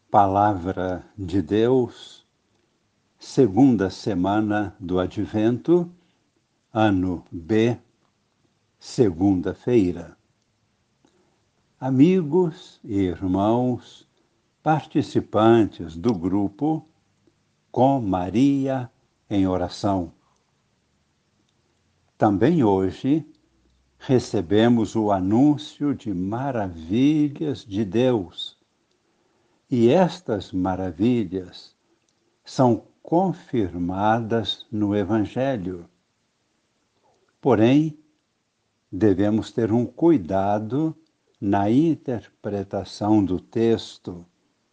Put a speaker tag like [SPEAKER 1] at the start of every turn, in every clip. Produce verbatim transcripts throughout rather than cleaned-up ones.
[SPEAKER 1] Palavra de Deus, segunda semana do Advento, ano B, segunda-feira. Amigos e irmãos, participantes do grupo Com Maria em Oração. Também hoje recebemos o anúncio de maravilhas de Deus. E estas maravilhas são confirmadas no Evangelho. Porém, devemos ter um cuidado na interpretação do texto.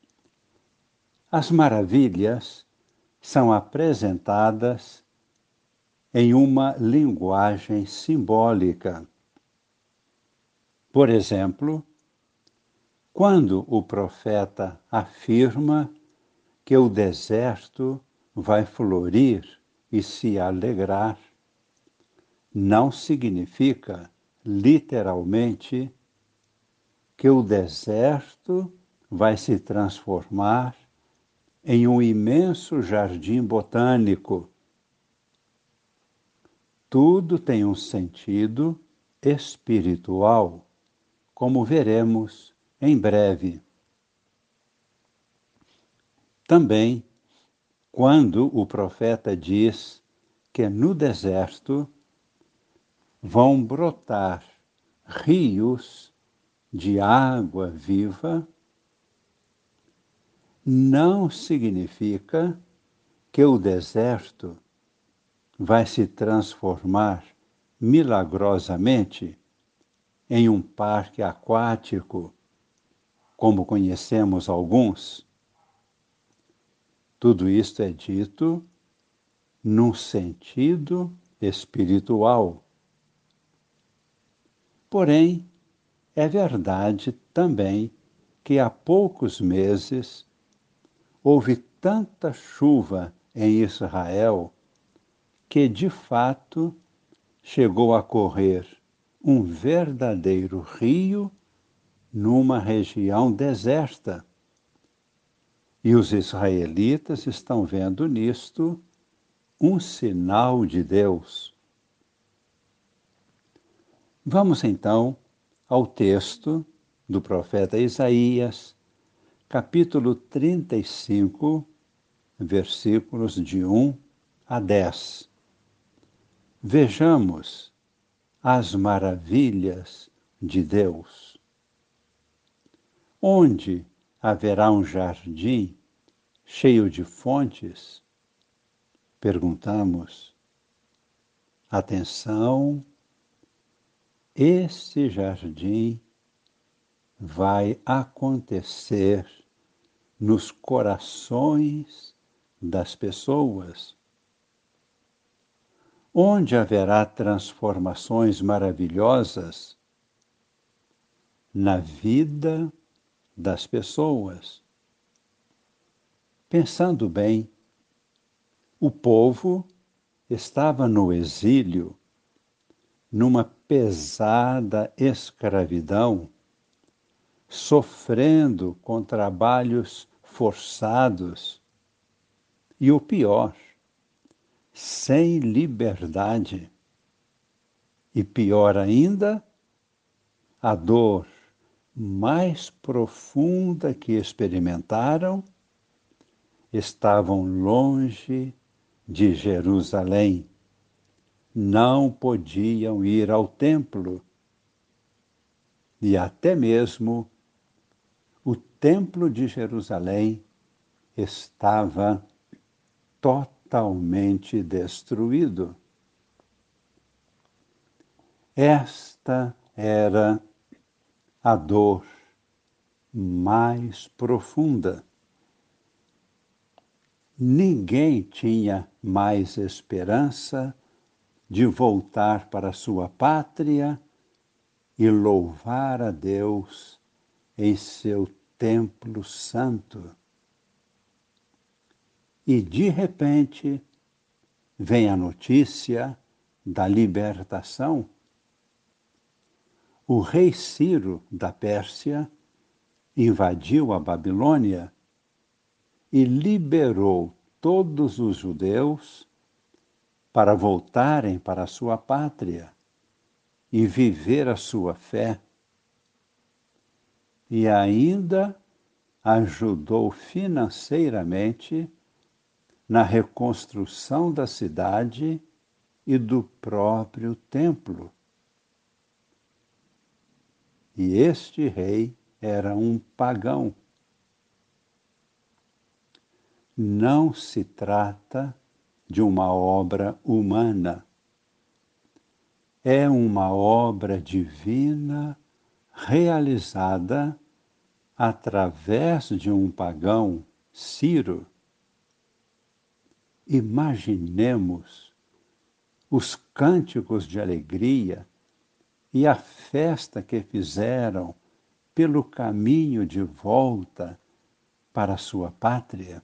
[SPEAKER 1] As maravilhas são apresentadas em uma linguagem simbólica. Por exemplo, quando o profeta afirma que o deserto vai florir e se alegrar, não significa, literalmente, que o deserto vai se transformar em um imenso jardim botânico. Tudo tem um sentido espiritual, como veremos em breve. Também, quando o profeta diz que no deserto vão brotar rios de água viva, não significa que o deserto vai se transformar milagrosamente em um parque aquático, como conhecemos alguns. Tudo isto é dito num sentido espiritual. Porém, é verdade também que há poucos meses houve tanta chuva em Israel que, de fato, chegou a correr um verdadeiro rio numa região deserta. E os israelitas estão vendo nisto um sinal de Deus. Vamos então ao texto do profeta Isaías, capítulo trinta e cinco, versículos de um a dez. Vejamos as maravilhas de Deus. Onde haverá um jardim cheio de fontes? Perguntamos. Atenção, esse jardim vai acontecer nos corações das pessoas. Onde haverá transformações maravilhosas? Na vida das pessoas. Pensando bem, o povo estava no exílio, numa pesada escravidão, sofrendo com trabalhos forçados e, o pior, sem liberdade. E pior ainda, a dor mais profunda que experimentaram, estavam longe de Jerusalém. Não podiam ir ao templo. E até mesmo o templo de Jerusalém estava totalmente destruído. Esta era a dor mais profunda. Ninguém tinha mais esperança de voltar para sua pátria e louvar a Deus em seu templo santo. E, de repente, vem a notícia da libertação. O rei Ciro da Pérsia invadiu a Babilônia e liberou todos os judeus para voltarem para a sua pátria e viver a sua fé. E ainda ajudou financeiramente na reconstrução da cidade e do próprio templo. E este rei era um pagão. Não se trata de uma obra humana. É uma obra divina realizada através de um pagão, Ciro. Imaginemos os cânticos de alegria e a festa que fizeram pelo caminho de volta para a sua pátria.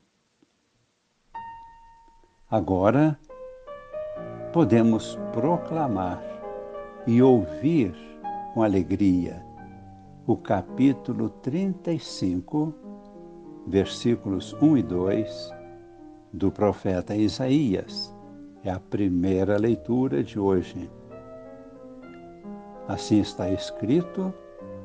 [SPEAKER 1] Agora, podemos proclamar e ouvir com alegria o capítulo trinta e cinco, versículos um e dois, do profeta Isaías. É a primeira leitura de hoje. Assim está escrito: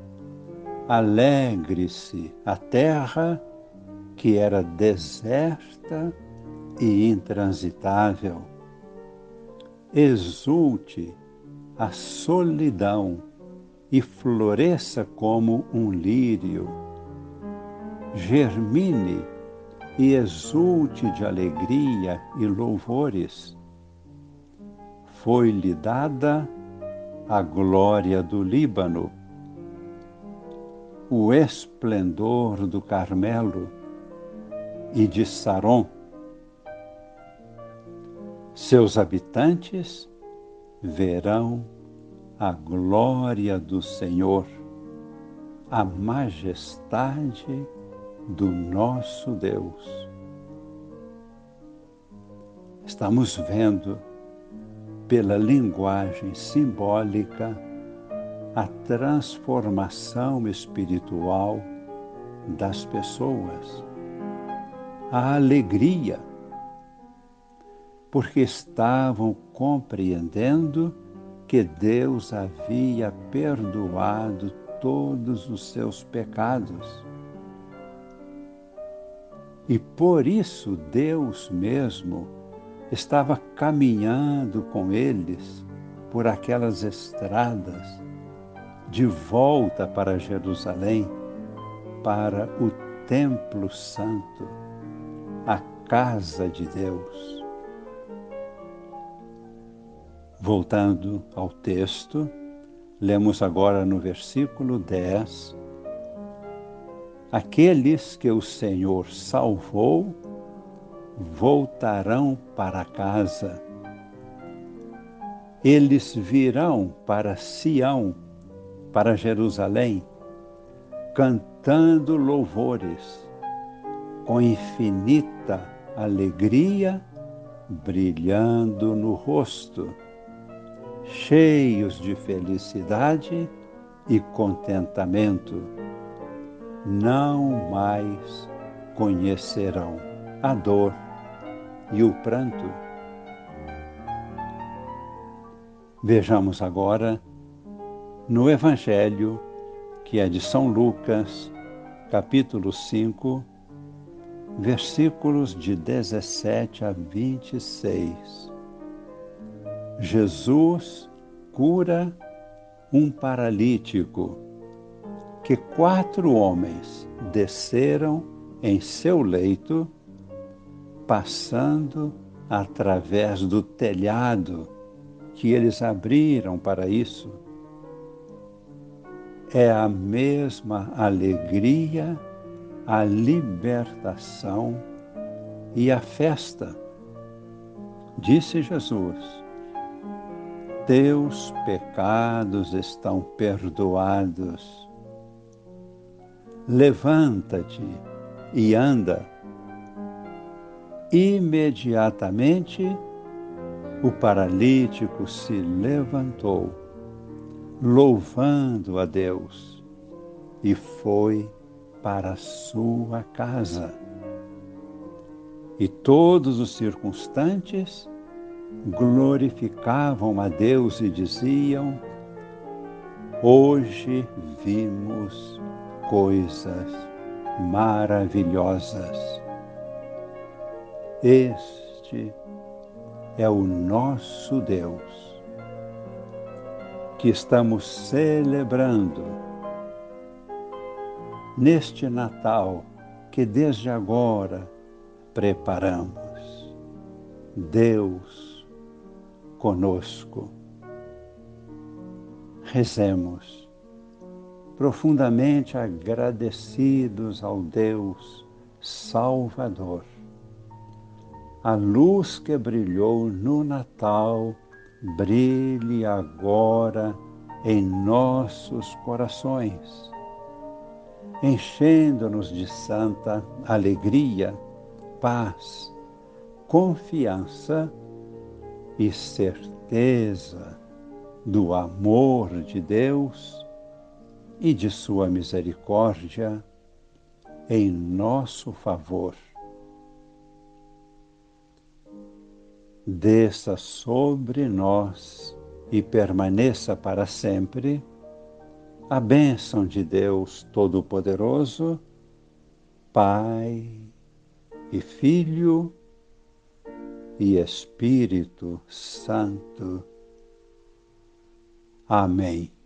[SPEAKER 1] alegre-se a terra que era deserta e intransitável. Exulte a solidão e floresça como um lírio. Germine e exulte de alegria e louvores. Foi-lhe dada a glória do Líbano, o esplendor do Carmelo e de Saron. Seus habitantes verão a glória do Senhor, a majestade do nosso Deus. Estamos vendo, pela linguagem simbólica, a transformação espiritual das pessoas, a alegria, porque estavam compreendendo que Deus havia perdoado todos os seus pecados. E por isso Deus mesmo estava caminhando com eles por aquelas estradas de volta para Jerusalém, para o Templo Santo, a casa de Deus. Voltando ao texto, lemos agora no versículo dez: aqueles que o Senhor salvou voltarão para casa. Eles virão para Sião, para Jerusalém, cantando louvores, com infinita alegria brilhando no rosto, cheios de felicidade e contentamento. Não mais conhecerão a dor e o pranto. Vejamos agora no Evangelho, que é de São Lucas, capítulo cinco, versículos de dezessete a vinte e seis. Jesus cura um paralítico que quatro homens desceram em seu leito, passando através do telhado que eles abriram para isso. É a mesma alegria, a libertação e a festa. Disse Jesus: teus pecados estão perdoados. Levanta-te e anda. Imediatamente o paralítico se levantou, louvando a Deus, e foi para a sua casa. E todos os circunstantes glorificavam a Deus e diziam: hoje vimos coisas maravilhosas. Este é o nosso Deus, que estamos celebrando neste Natal que desde agora preparamos. Deus conosco. Rezemos, profundamente agradecidos ao Deus Salvador. A luz que brilhou no Natal brilhe agora em nossos corações, enchendo-nos de santa alegria, paz, confiança e certeza do amor de Deus e de sua misericórdia em nosso favor. Desça sobre nós e permaneça para sempre a bênção de Deus Todo-Poderoso, Pai e Filho e Espírito Santo. Amém.